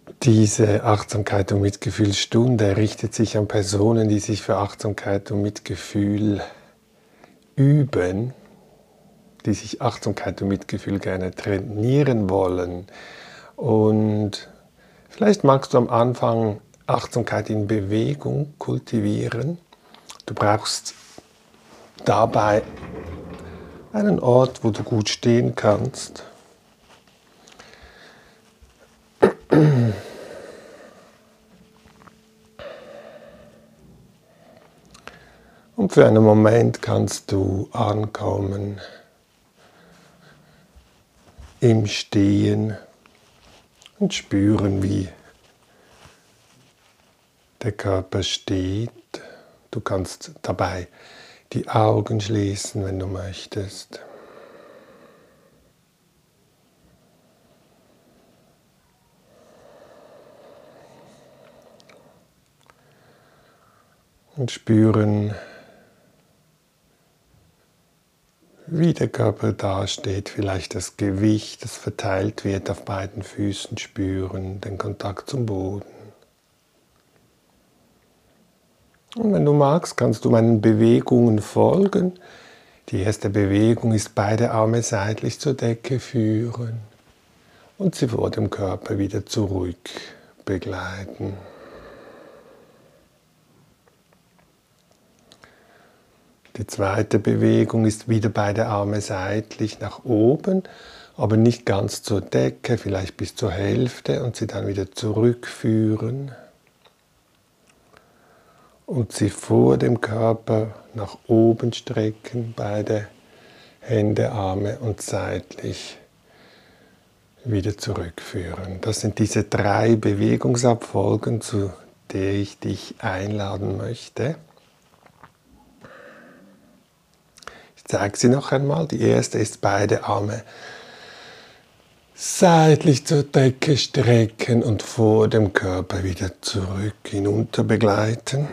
Diese Achtsamkeit und Mitgefühlsstunde richtet sich an Personen, die sich für Achtsamkeit und Mitgefühl üben, die sich Achtsamkeit und Mitgefühl gerne trainieren wollen. Und vielleicht magst du am Anfang Achtsamkeit in Bewegung kultivieren. Du brauchst dabei einen Ort, wo du gut stehen kannst. Und für einen Moment kannst du ankommen im Stehen und spüren, wie der Körper steht. Du kannst dabei die Augen schließen, wenn du möchtest. Und spüren, wie der Körper dasteht, vielleicht das Gewicht, das verteilt wird auf beiden Füßen, spüren den Kontakt zum Boden. Und wenn du magst, kannst du meinen Bewegungen folgen. Die erste Bewegung ist, beide Arme seitlich zur Decke führen und sie vor dem Körper wieder zurück begleiten. Die zweite Bewegung ist wieder beide Arme seitlich nach oben, aber nicht ganz zur Decke, vielleicht bis zur Hälfte und sie dann wieder zurückführen und sie vor dem Körper nach oben strecken, beide Hände, Arme und seitlich wieder zurückführen. Das sind diese 3 Bewegungsabfolgen, zu der ich dich einladen möchte. Ich zeige sie noch einmal. Die erste ist, beide Arme seitlich zur Decke strecken und vor dem Körper wieder zurück hinunter begleiten.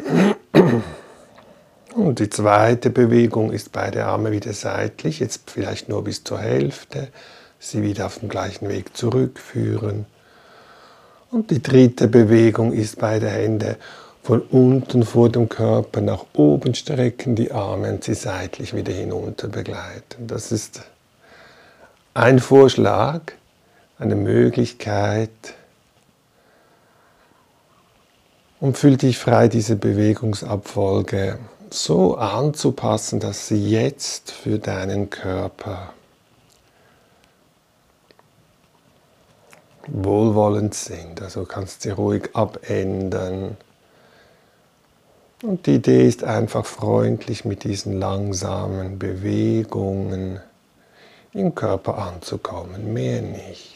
Und die zweite Bewegung ist, beide Arme wieder seitlich, jetzt vielleicht nur bis zur Hälfte, sie wieder auf dem gleichen Weg zurückführen. Und die dritte Bewegung ist, beide Hände von unten vor dem Körper nach oben strecken, die Arme und sie seitlich wieder hinunter begleiten. Das ist ein Vorschlag, eine Möglichkeit. Und fühl dich frei, diese Bewegungsabfolge so anzupassen, dass sie jetzt für deinen Körper wohlwollend sind. Also kannst sie ruhig abändern. Und die Idee ist einfach freundlich mit diesen langsamen Bewegungen im Körper anzukommen, mehr nicht.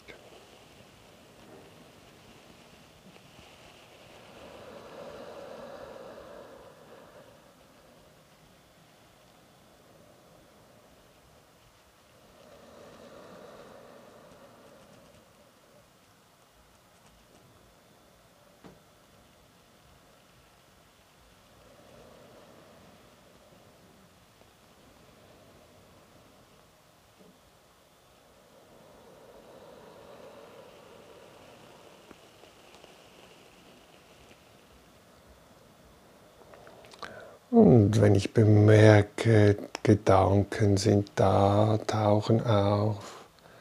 Und wenn ich bemerke, Gedanken sind da, tauchen auf,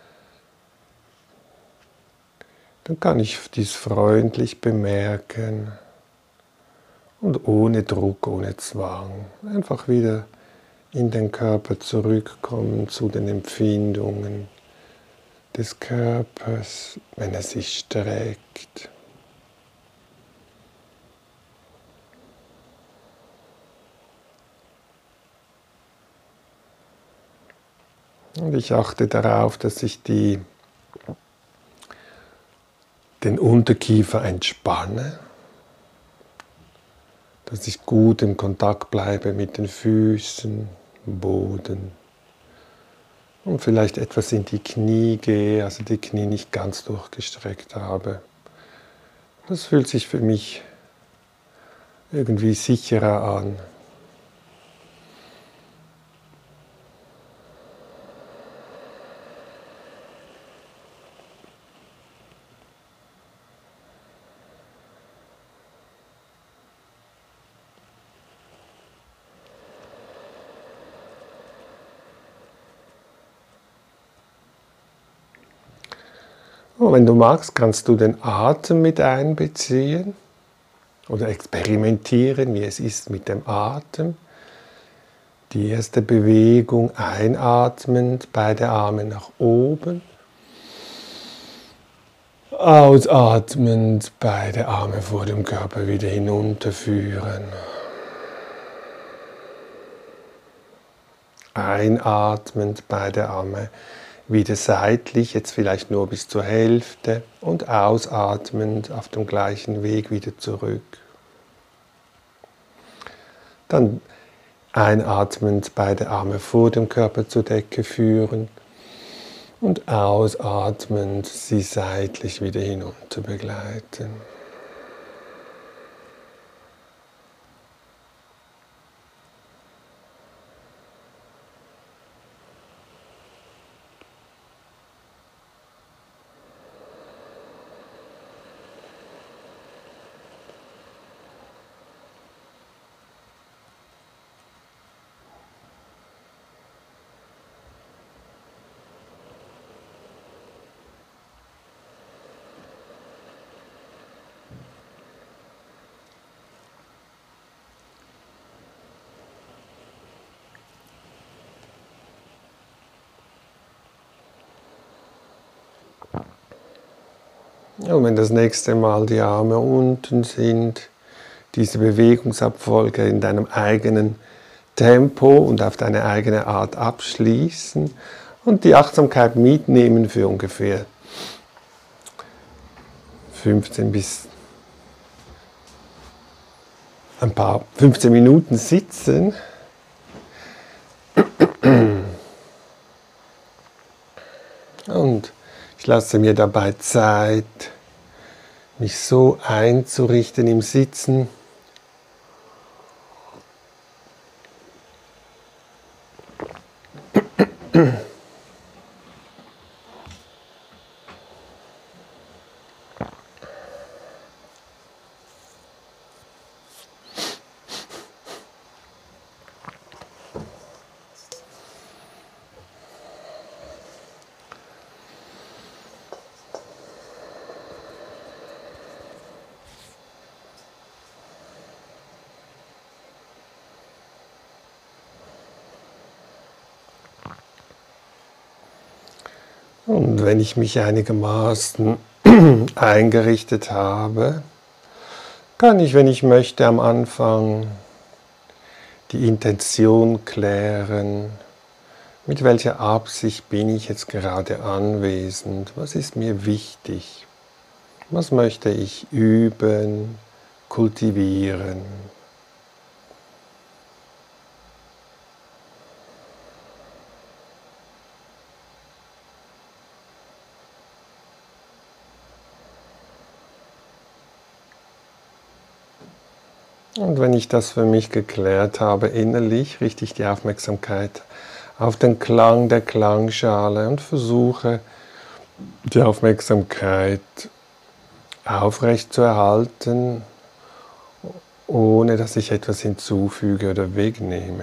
dann kann ich dies freundlich bemerken und ohne Druck, ohne Zwang einfach wieder in den Körper zurückkommen, zu den Empfindungen des Körpers, wenn er sich streckt. Und ich achte darauf, dass ich den Unterkiefer entspanne, dass ich gut im Kontakt bleibe mit den Füßen, Boden und vielleicht etwas in die Knie gehe, also die Knie nicht ganz durchgestreckt habe. Das fühlt sich für mich irgendwie sicherer an. Und wenn du magst, kannst du den Atem mit einbeziehen oder experimentieren, wie es ist mit dem Atem. Die erste Bewegung einatmend, beide Arme nach oben. Ausatmend, beide Arme vor dem Körper wieder hinunterführen. Einatmend, beide Arme wieder seitlich, jetzt vielleicht nur bis zur Hälfte. Und ausatmend auf dem gleichen Weg wieder zurück. Dann einatmend, beide Arme vor dem Körper zur Decke führen. Und ausatmend, sie seitlich wieder hinunter begleiten. Und wenn das nächste Mal die Arme unten sind, diese Bewegungsabfolge in deinem eigenen Tempo und auf deine eigene Art abschließen und die Achtsamkeit mitnehmen für ungefähr 15 Minuten sitzen. Und ich lasse mir dabei Zeit, mich so einzurichten im Sitzen, und wenn ich mich einigermaßen eingerichtet habe, kann ich, wenn ich möchte, am Anfang die Intention klären, mit welcher Absicht bin ich jetzt gerade anwesend, was ist mir wichtig, was möchte ich üben, kultivieren. Und wenn ich das für mich geklärt habe, innerlich, richte ich die Aufmerksamkeit auf den Klang der Klangschale und versuche, die Aufmerksamkeit aufrecht zu erhalten, ohne dass ich etwas hinzufüge oder wegnehme.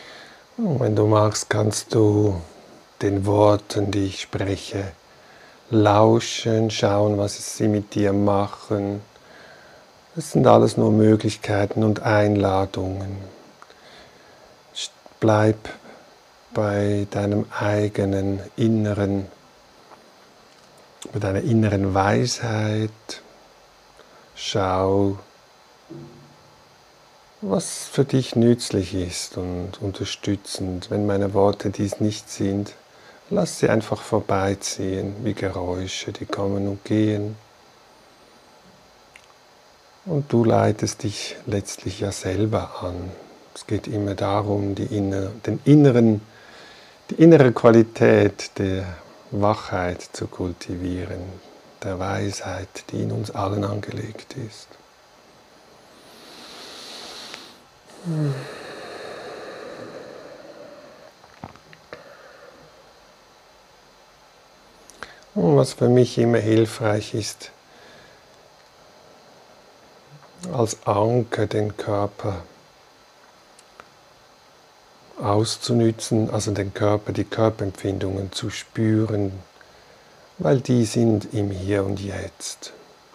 Und wenn du magst, kannst du den Worten, die ich spreche, lauschen, schauen, was sie mit dir machen. Das sind alles nur Möglichkeiten und Einladungen. Bleib bei deinem eigenen inneren, bei deiner inneren Weisheit. Schau, was für dich nützlich ist und unterstützend. Wenn meine Worte dies nicht sind, lass sie einfach vorbeiziehen, wie Geräusche, die kommen und gehen. Und du leitest dich letztlich ja selber an. Es geht immer darum, die innere Qualität der Wachheit zu kultivieren, der Weisheit, die in uns allen angelegt ist. Und was für mich immer hilfreich ist, als Anker den Körper auszunützen, also den Körper, die Körperempfindungen zu spüren, weil die sind im Hier und Jetzt.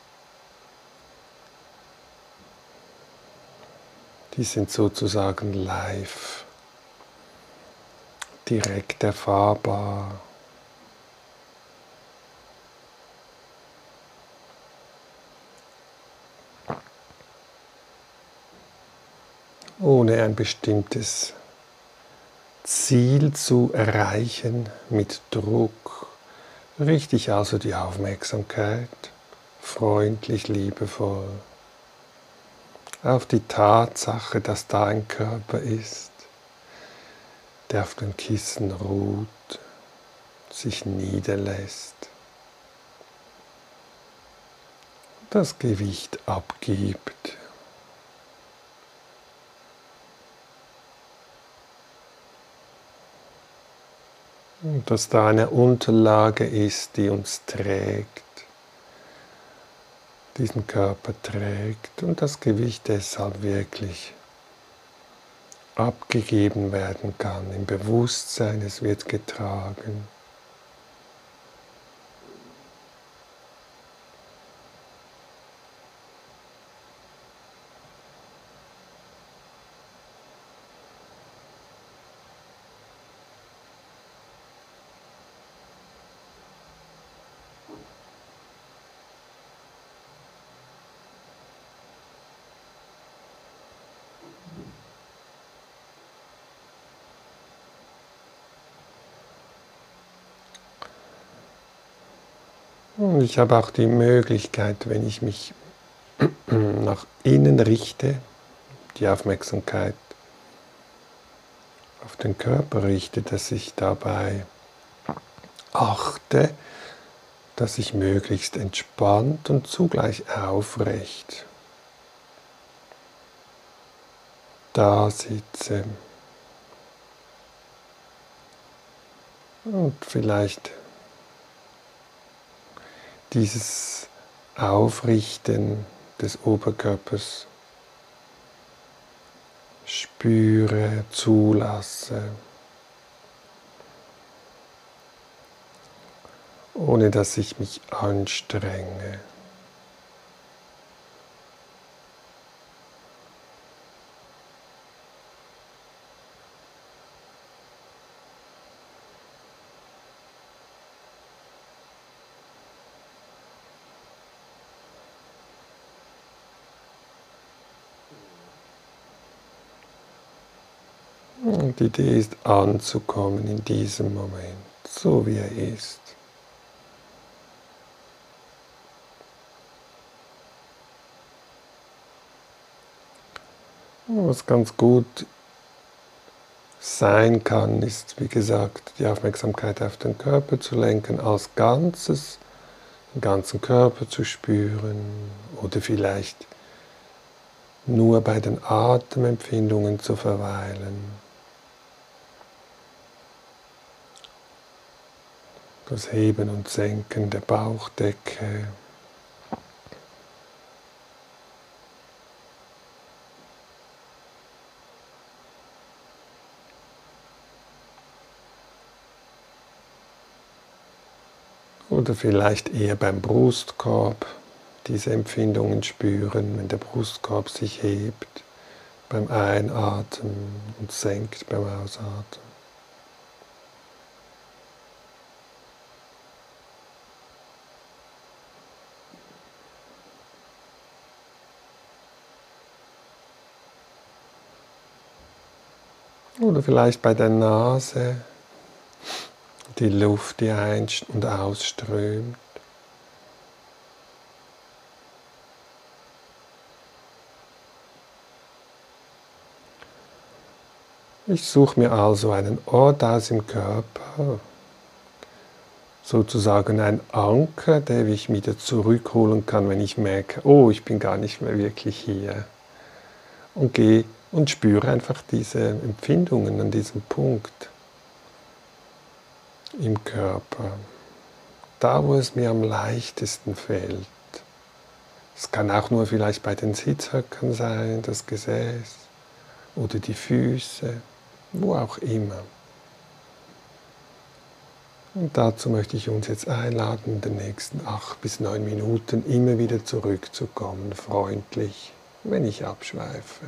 Die sind sozusagen live, direkt erfahrbar. Ohne ein bestimmtes Ziel zu erreichen mit Druck. Richte ich also die Aufmerksamkeit freundlich, liebevoll auf die Tatsache, dass da ein Körper ist, der auf dem Kissen ruht, sich niederlässt, das Gewicht abgibt. Und dass da eine Unterlage ist, die uns trägt, diesen Körper trägt und das Gewicht deshalb wirklich abgegeben werden kann, im Bewusstsein, es wird getragen. Und ich habe auch die Möglichkeit, wenn ich mich nach innen richte, die Aufmerksamkeit auf den Körper richte, dass ich dabei achte, dass ich möglichst entspannt und zugleich aufrecht da sitze und vielleicht dieses Aufrichten des Oberkörpers spüre, zulasse, ohne dass ich mich anstrenge. Und die Idee ist, anzukommen in diesem Moment, so wie er ist. Was ganz gut sein kann, ist, wie gesagt, die Aufmerksamkeit auf den Körper zu lenken, als Ganzes, den ganzen Körper zu spüren oder vielleicht nur bei den Atemempfindungen zu verweilen. Das Heben und Senken der Bauchdecke. Oder vielleicht eher beim Brustkorb diese Empfindungen spüren, wenn der Brustkorb sich hebt beim Einatmen und senkt beim Ausatmen. Oder vielleicht bei der Nase, die Luft, die ein- und ausströmt. Ich suche mir also einen Ort aus im Körper, sozusagen ein Anker, der ich wieder zurückholen kann, wenn ich merke, oh, ich bin gar nicht mehr wirklich hier. Und gehe und spüre einfach diese Empfindungen an diesem Punkt im Körper, da wo es mir am leichtesten fällt. Es kann auch nur vielleicht bei den Sitzhöckern sein, das Gesäß oder die Füße, wo auch immer. Und dazu möchte ich uns jetzt einladen, in den nächsten 8 bis 9 Minuten immer wieder zurückzukommen, freundlich, wenn ich abschweife.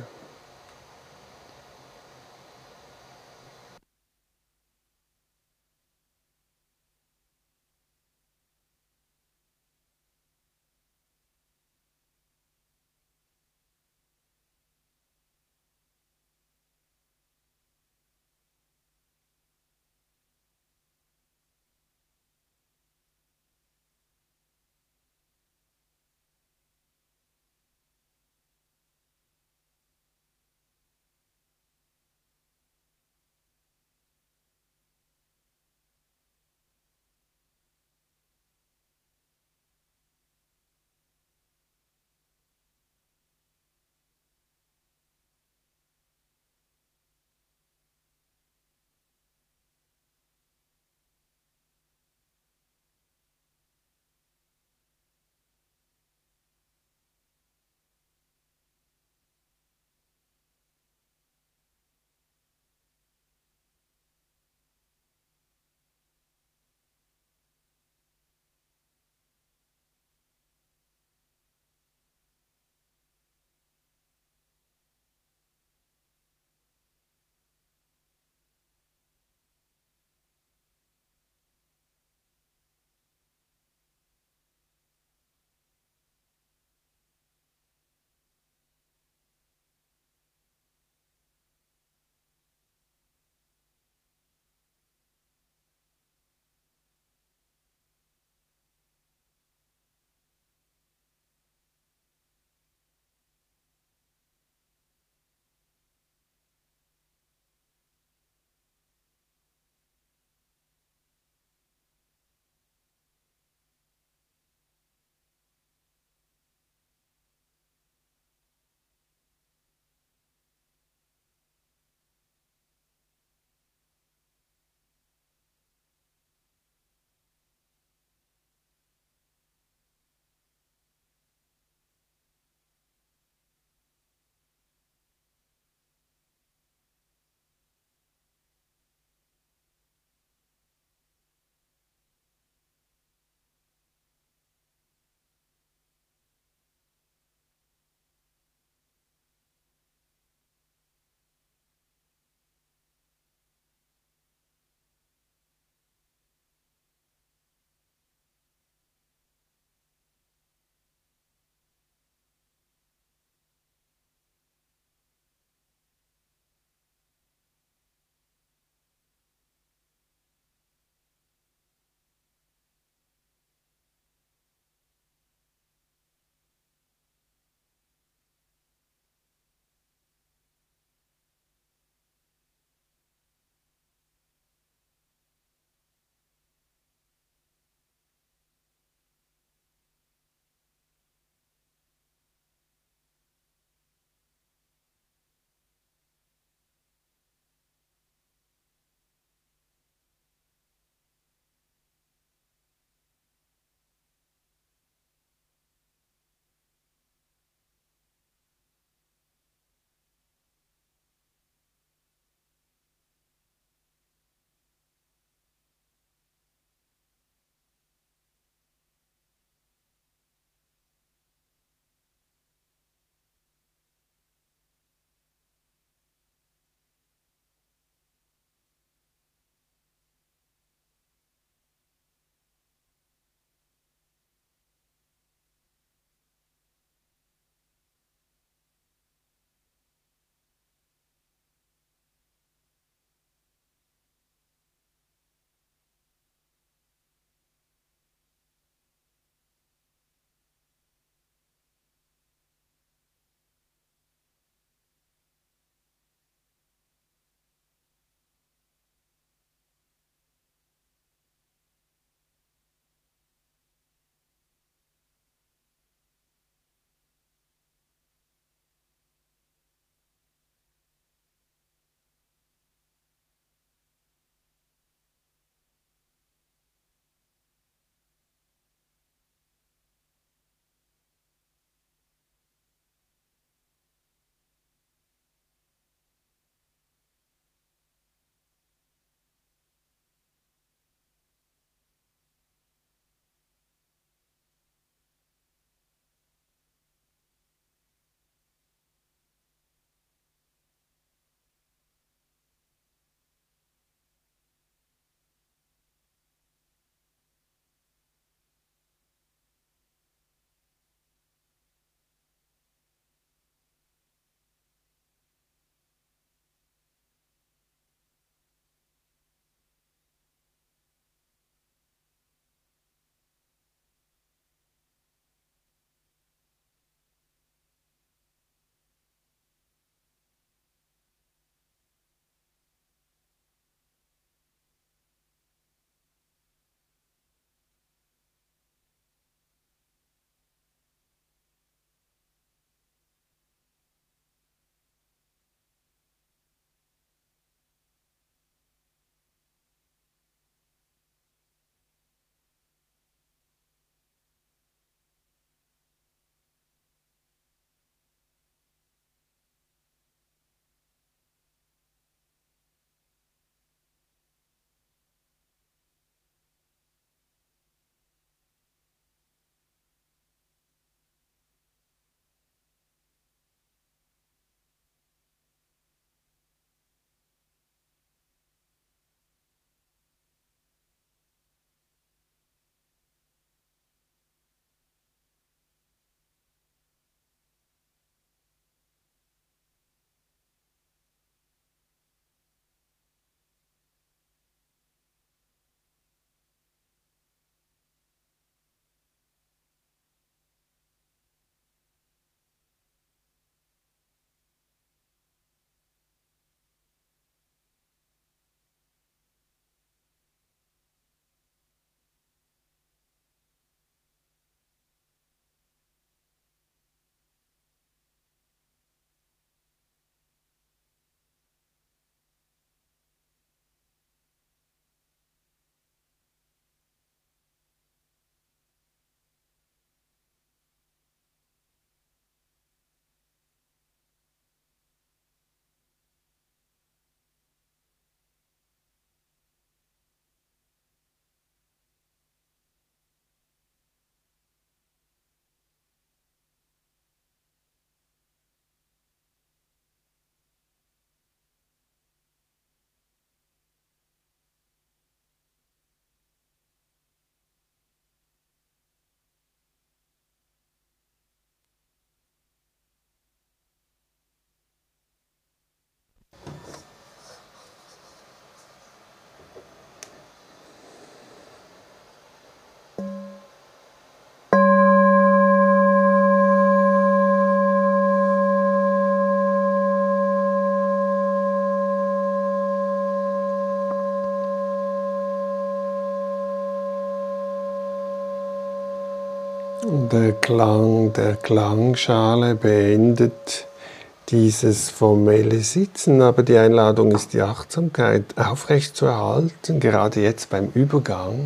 Der Klang der Klangschale beendet dieses formelle Sitzen, aber die Einladung ist, die Achtsamkeit aufrecht zu erhalten, gerade jetzt beim Übergang,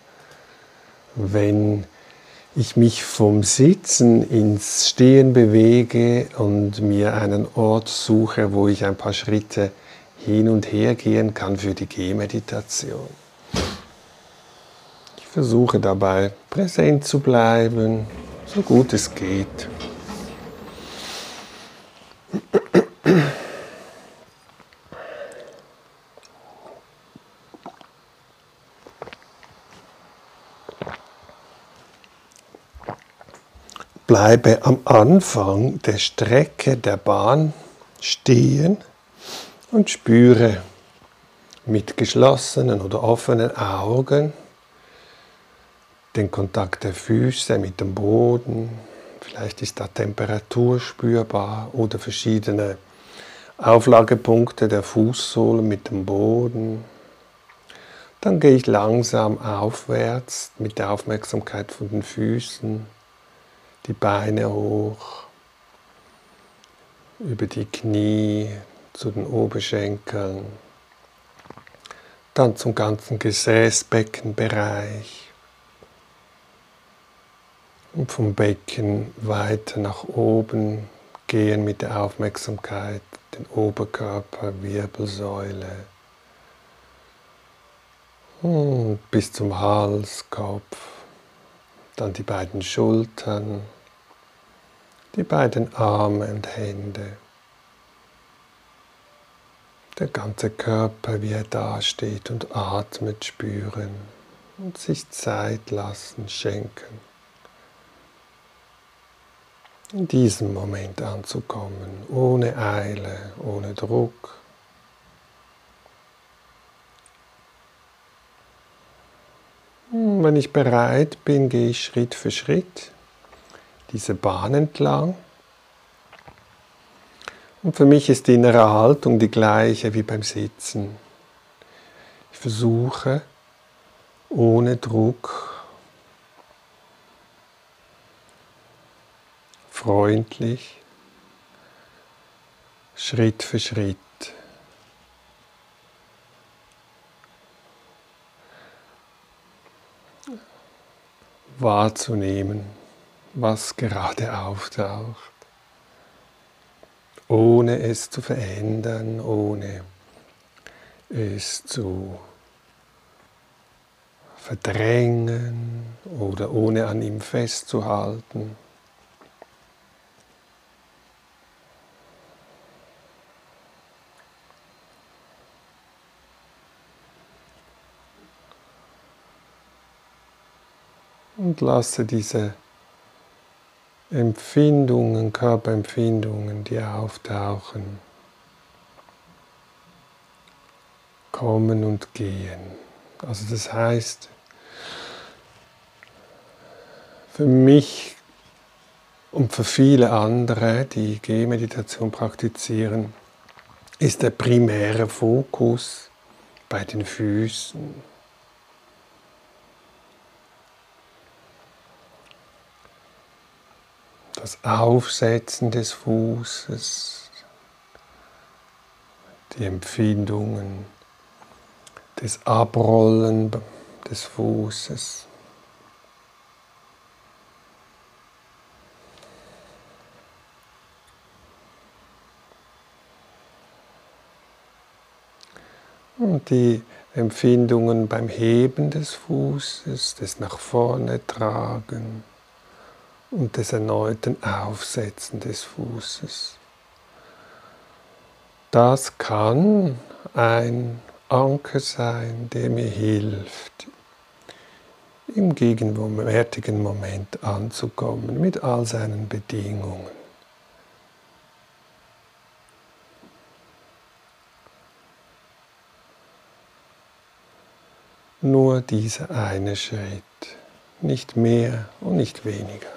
wenn ich mich vom Sitzen ins Stehen bewege und mir einen Ort suche, wo ich ein paar Schritte hin und her gehen kann für die Gehmeditation. Ich versuche dabei präsent zu bleiben, so gut es geht. Bleibe am Anfang der Strecke der Bahn stehen und spüre mit geschlossenen oder offenen Augen den Kontakt der Füße mit dem Boden. Vielleicht ist da Temperatur spürbar oder verschiedene Auflagepunkte der Fußsohlen mit dem Boden. Dann gehe ich langsam aufwärts mit der Aufmerksamkeit von den Füßen, die Beine hoch, über die Knie zu den Oberschenkeln, dann zum ganzen Gesäßbeckenbereich und vom Becken weiter nach oben gehen mit der Aufmerksamkeit, den Oberkörper, Wirbelsäule und bis zum Hals, Kopf, dann die beiden Schultern, die beiden Arme und Hände, der ganze Körper, wie er dasteht und atmet, spüren und sich Zeit lassen, schenken, in diesem Moment anzukommen, ohne Eile, ohne Druck. Wenn ich bereit bin, gehe ich Schritt für Schritt diese Bahn entlang. Und für mich ist die innere Haltung die gleiche wie beim Sitzen. Ich versuche, ohne Druck, freundlich, Schritt für Schritt wahrzunehmen, was gerade auftaucht, ohne es zu verändern, ohne es zu verdrängen oder ohne an ihm festzuhalten. Und lasse diese Empfindungen, Körperempfindungen, die auftauchen, kommen und gehen. Also das heißt, für mich und für viele andere, die Gehmeditation praktizieren, ist der primäre Fokus bei den Füßen. Das Aufsetzen des Fußes, die Empfindungen des Abrollen des Fußes. Und die Empfindungen beim Heben des Fußes, des nach vorne tragen und des erneuten Aufsetzen des Fußes. Das kann ein Anker sein, der mir hilft, im gegenwärtigen Moment anzukommen, mit all seinen Bedingungen. Nur dieser eine Schritt, nicht mehr und nicht weniger.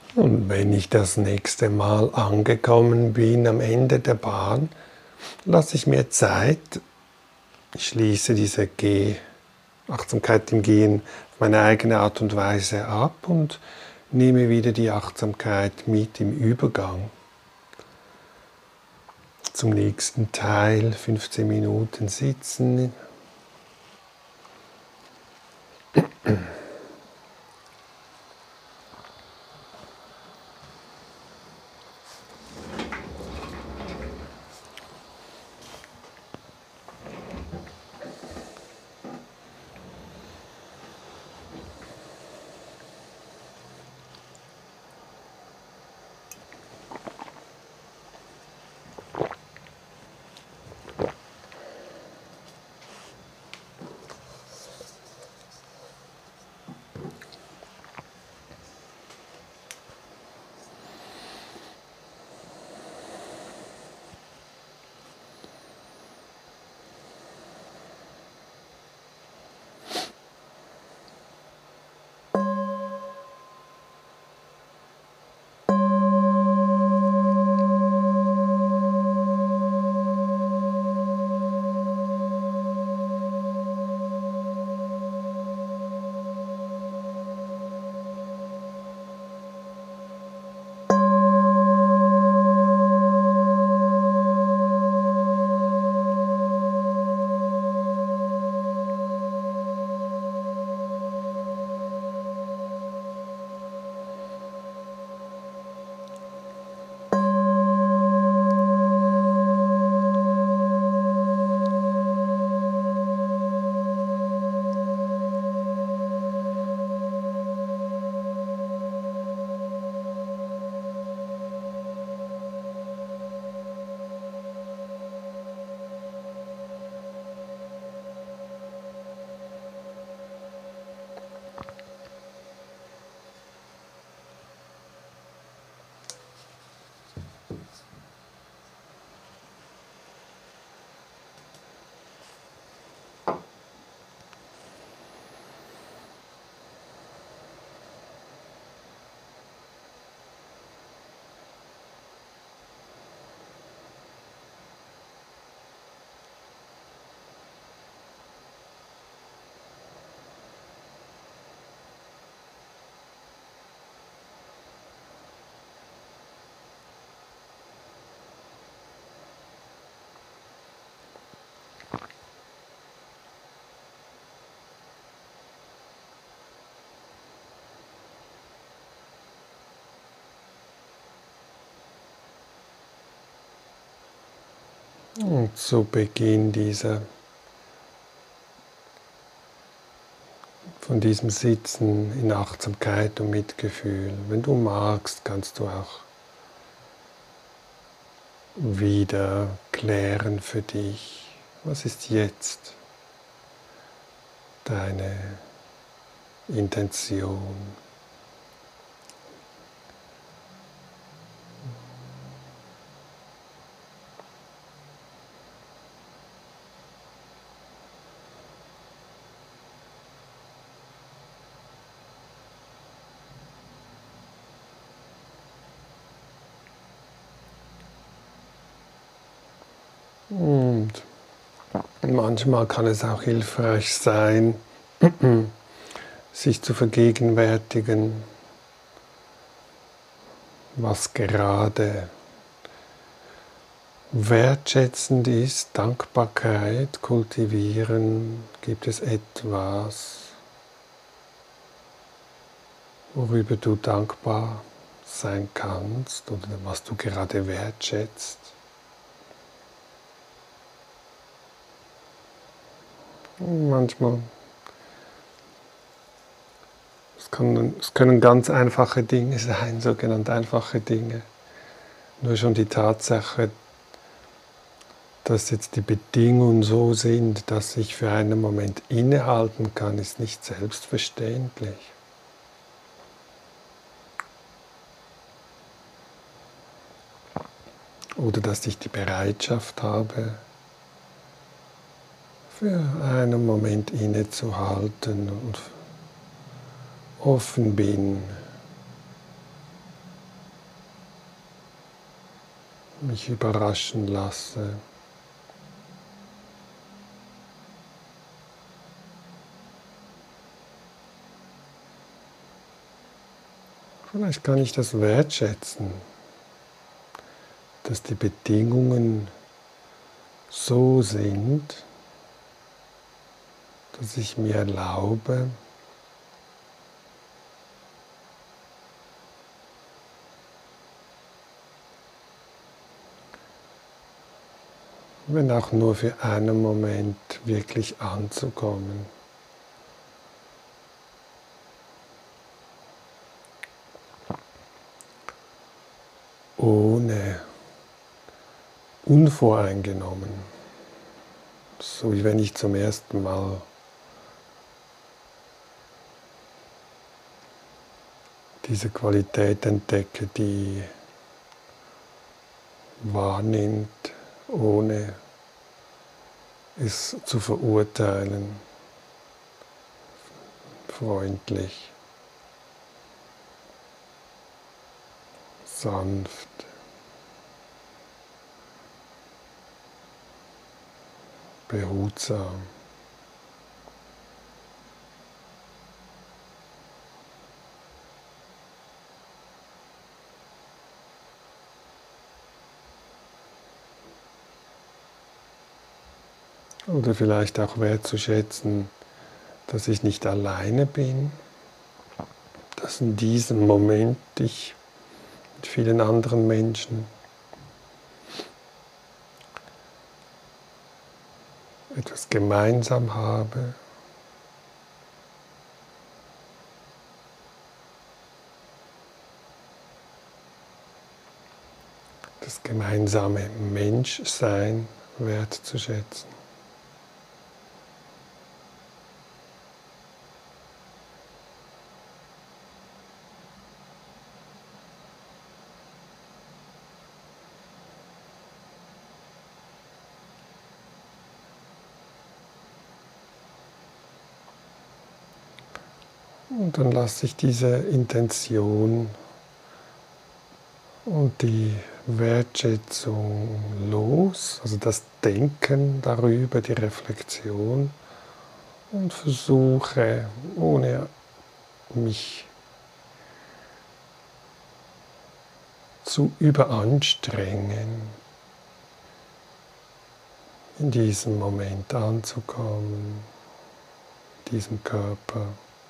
Und wenn ich das nächste Mal angekommen bin am Ende der Bahn, lasse ich mir Zeit. Ich schließe diese Achtsamkeit im Gehen auf meine eigene Art und Weise ab und nehme wieder die Achtsamkeit mit im Übergang zum nächsten Teil. 15 Minuten sitzen. Und zu Beginn von diesem Sitzen in Achtsamkeit und Mitgefühl, wenn du magst, kannst du auch wieder klären für dich, was ist jetzt deine Intention. Und manchmal kann es auch hilfreich sein, sich zu vergegenwärtigen, was gerade wertschätzend ist, Dankbarkeit kultivieren. Gibt es etwas, worüber du dankbar sein kannst oder was du gerade wertschätzt? Manchmal, es können ganz einfache Dinge sein, sogenannte einfache Dinge. Nur schon die Tatsache, dass jetzt die Bedingungen so sind, dass ich für einen Moment innehalten kann, ist nicht selbstverständlich. Oder dass ich die Bereitschaft habe, für einen Moment innezuhalten und offen bin mich überraschen lasse. Vielleicht kann ich das wertschätzen, dass die Bedingungen so sind, dass ich mir erlaube, wenn auch nur für einen Moment wirklich anzukommen. Ohne unvoreingenommen, so wie wenn ich zum ersten Mal diese Qualität entdecke, die wahrnimmt, ohne es zu verurteilen, freundlich, sanft, behutsam. Oder vielleicht auch wertzuschätzen, dass ich nicht alleine bin, dass in diesem Moment ich mit vielen anderen Menschen etwas gemeinsam habe. Das gemeinsame Menschsein wertzuschätzen. Und dann lasse ich diese Intention und die Wertschätzung los, also das Denken darüber, die Reflexion, und versuche, ohne mich zu überanstrengen, in diesem Moment anzukommen, in diesem Körper.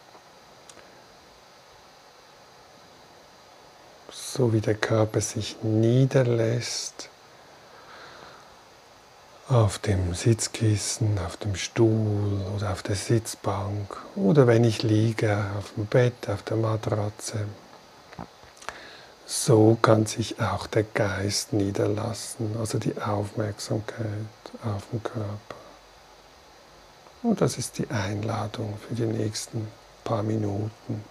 So wie der Körper sich niederlässt auf dem Sitzkissen, auf dem Stuhl oder auf der Sitzbank oder wenn ich liege auf dem Bett, auf der Matratze. So kann sich auch der Geist niederlassen, also die Aufmerksamkeit auf den Körper. Und das ist die Einladung für die nächsten paar Minuten.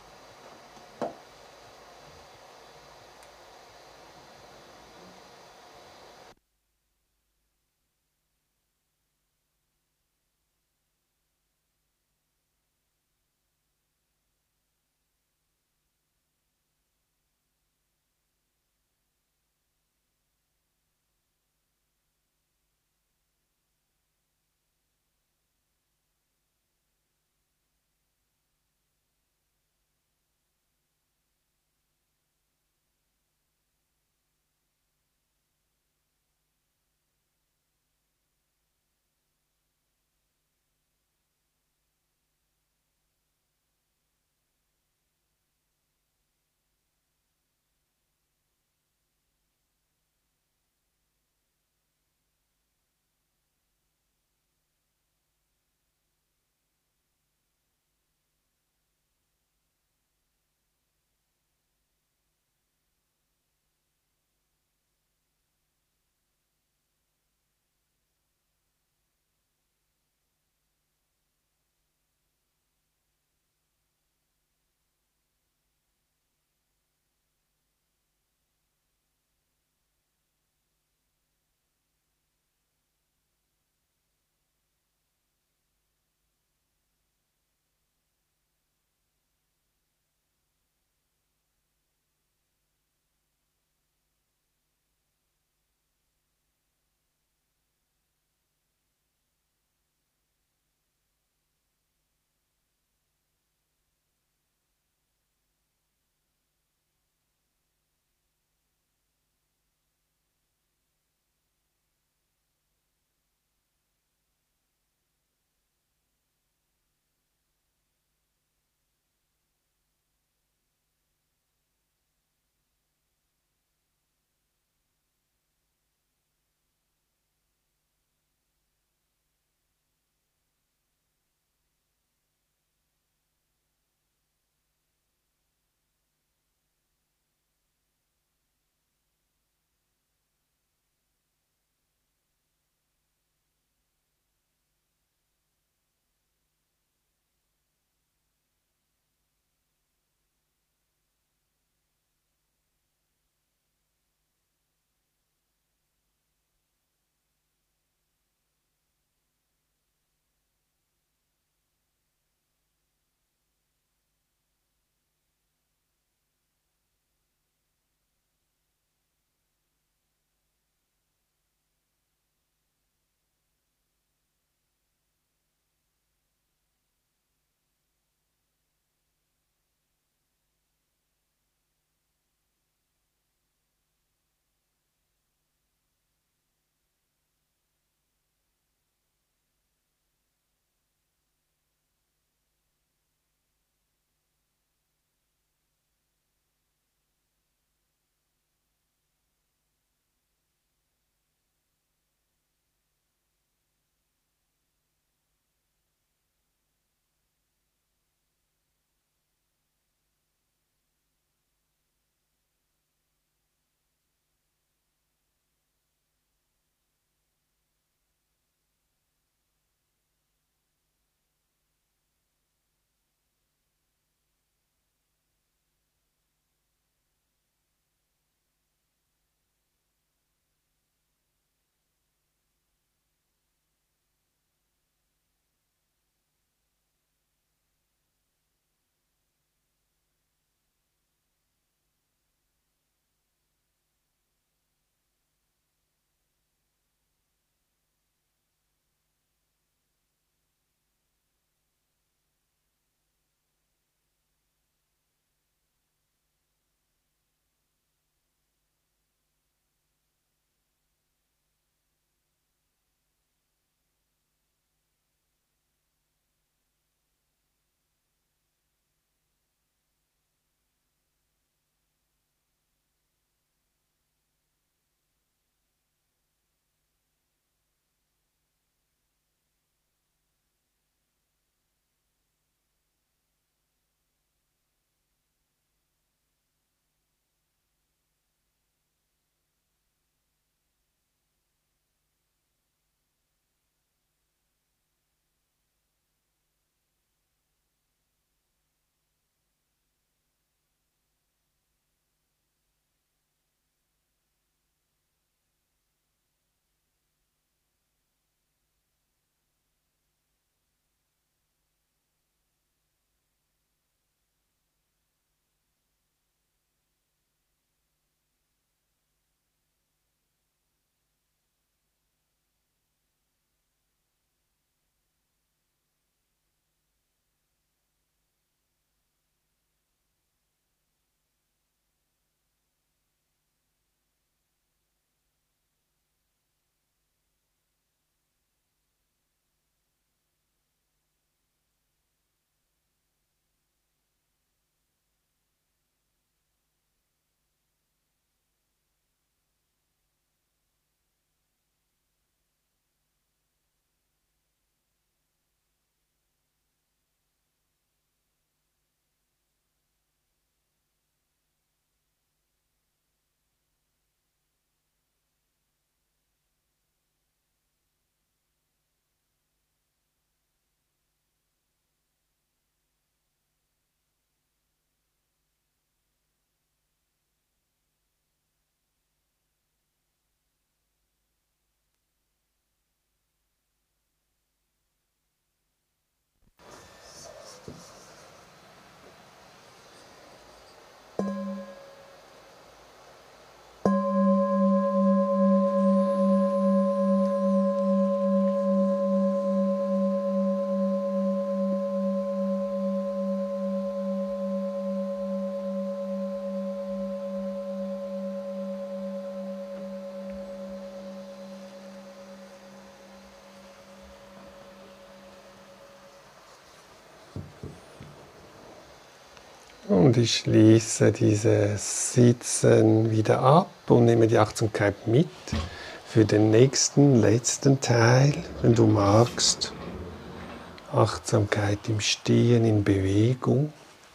Und ich schließe dieses Sitzen wieder ab und nehme die Achtsamkeit mit für den nächsten, letzten Teil, wenn du magst. Achtsamkeit im Stehen, in Bewegung.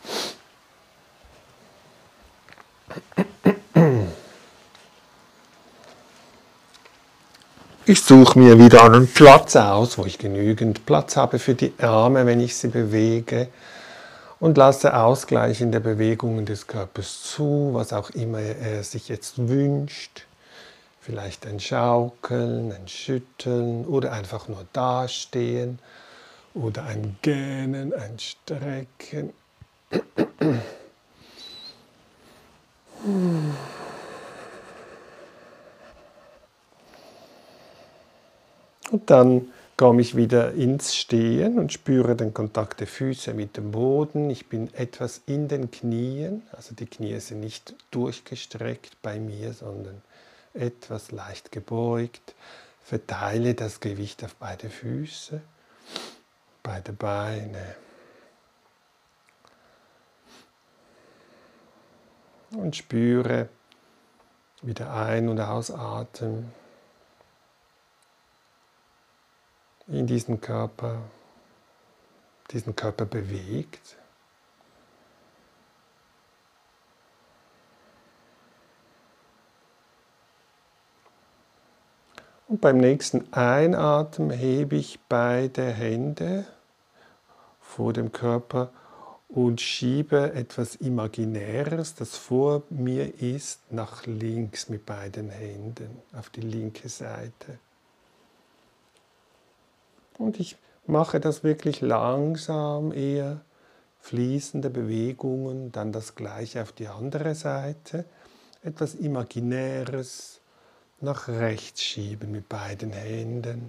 Ich suche mir wieder einen Platz aus, wo ich genügend Platz habe für die Arme, wenn ich sie bewege. Und lasse Ausgleich in der Bewegungen des Körpers zu, was auch immer er sich jetzt wünscht. Vielleicht ein Schaukeln, ein Schütteln oder einfach nur dastehen oder ein Gähnen, ein Strecken. Und dann komme ich wieder ins Stehen und spüre den Kontakt der Füße mit dem Boden. Ich bin etwas in den Knien, also die Knie sind nicht durchgestreckt bei mir, sondern etwas leicht gebeugt. Verteile das Gewicht auf beide Füße, beide Beine. Und spüre wieder ein- und ausatmen in diesen Körper bewegt. Und beim nächsten Einatmen hebe ich beide Hände vor dem Körper und schiebe etwas Imaginäres, das vor mir ist, nach links mit beiden Händen auf die linke Seite. Und ich mache das wirklich langsam, eher fließende Bewegungen, dann das Gleiche auf die andere Seite. Etwas Imaginäres nach rechts schieben mit beiden Händen.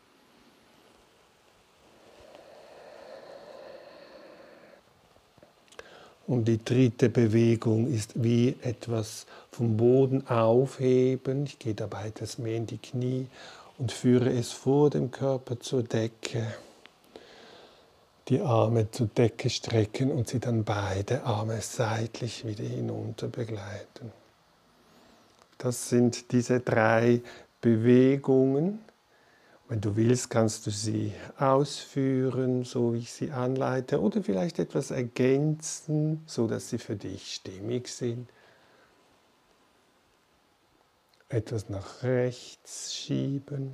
Und die dritte Bewegung ist wie etwas vom Boden aufheben. Ich gehe dabei etwas mehr in die Knie und führe es vor dem Körper zur Decke. Die Arme zur Decke strecken und sie dann beide Arme seitlich wieder hinunter begleiten. Das sind diese 3 Bewegungen. Wenn du willst, kannst du sie ausführen, so wie ich sie anleite, oder vielleicht etwas ergänzen, so dass sie für dich stimmig sind. Etwas nach rechts schieben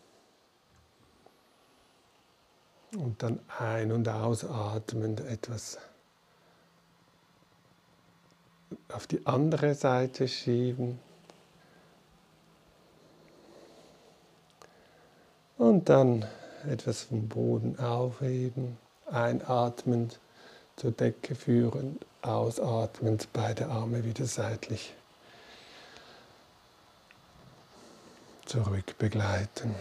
und dann ein- und ausatmend etwas auf die andere Seite schieben. Und dann etwas vom Boden aufheben, einatmend zur Decke führen, ausatmend beide Arme wieder seitlich zurück begleiten.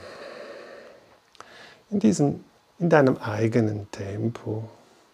In deinem eigenen Tempo.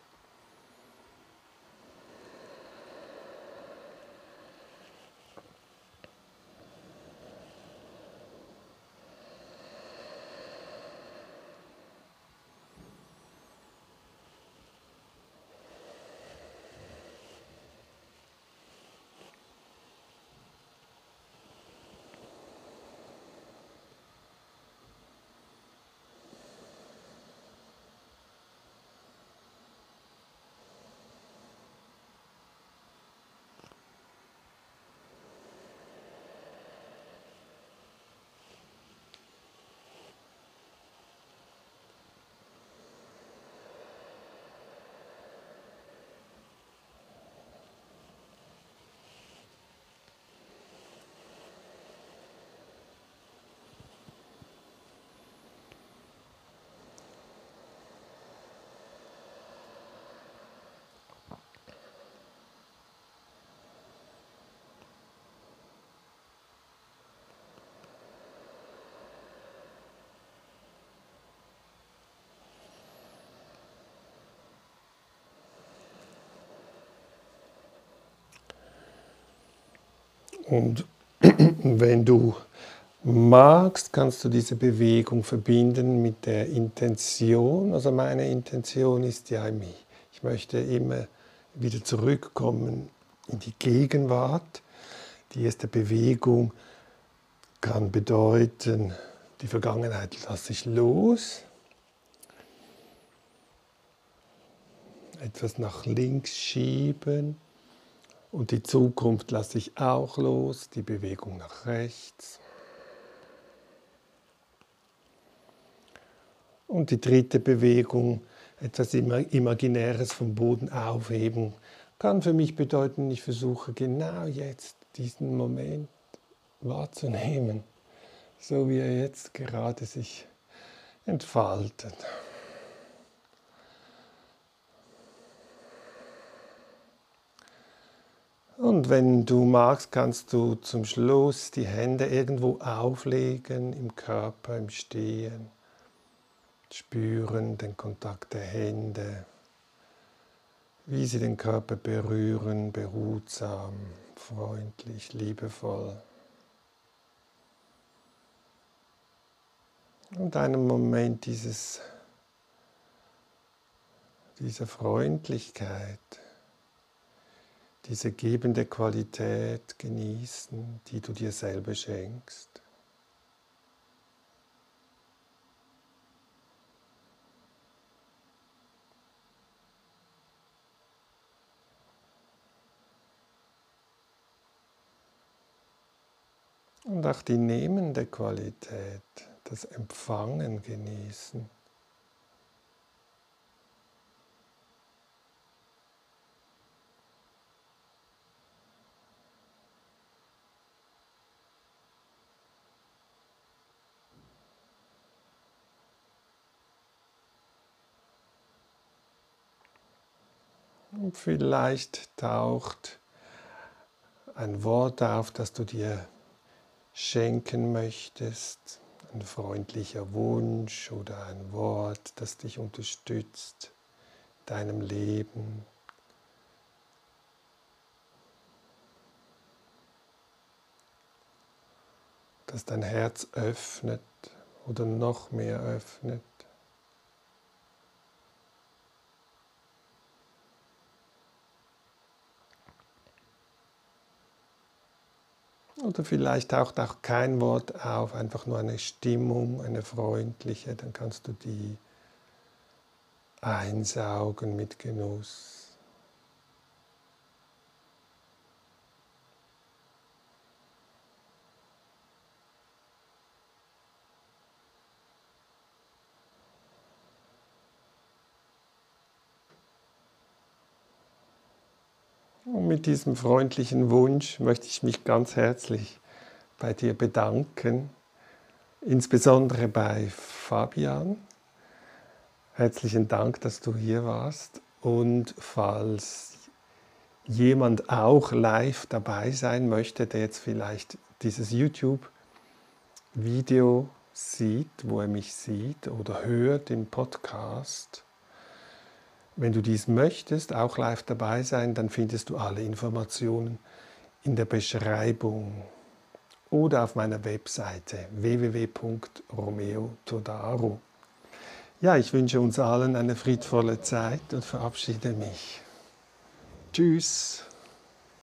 Und wenn du magst, kannst du diese Bewegung verbinden mit der Intention. Also meine Intention ist ja, ich möchte immer wieder zurückkommen in die Gegenwart. Die erste Bewegung kann bedeuten, die Vergangenheit lasse ich los. Etwas nach links schieben und die Zukunft lasse ich auch los, die Bewegung nach rechts. Und die dritte Bewegung, etwas Imaginäres vom Boden aufheben, kann für mich bedeuten, ich versuche genau jetzt diesen Moment wahrzunehmen, so wie er jetzt gerade sich entfaltet. Und wenn du magst, kannst du zum Schluss die Hände irgendwo auflegen, im Körper, im Stehen. Spüren den Kontakt der Hände, wie sie den Körper berühren, behutsam, freundlich, liebevoll. Und einen Moment dieser Freundlichkeit, diese gebende Qualität genießen, die du dir selber schenkst. Und auch die nehmende Qualität, das Empfangen genießen. Und vielleicht taucht ein Wort auf, das du dir schenken möchtest, ein freundlicher Wunsch oder ein Wort, das dich unterstützt in deinem Leben. Das dein Herz öffnet oder noch mehr öffnet. Oder vielleicht taucht auch kein Wort auf, einfach nur eine Stimmung, eine freundliche, dann kannst du die einsaugen mit Genuss. Und mit diesem freundlichen Wunsch möchte ich mich ganz herzlich bei dir bedanken, insbesondere bei Fabian. Herzlichen Dank, dass du hier warst. Und falls jemand auch live dabei sein möchte, der jetzt vielleicht dieses YouTube-Video sieht, wo er mich sieht oder hört im Podcast, wenn du dies möchtest, auch live dabei sein, dann findest du alle Informationen in der Beschreibung oder auf meiner Webseite www.romeotodaro. Ja, ich wünsche uns allen eine friedvolle Zeit und verabschiede mich. Tschüss.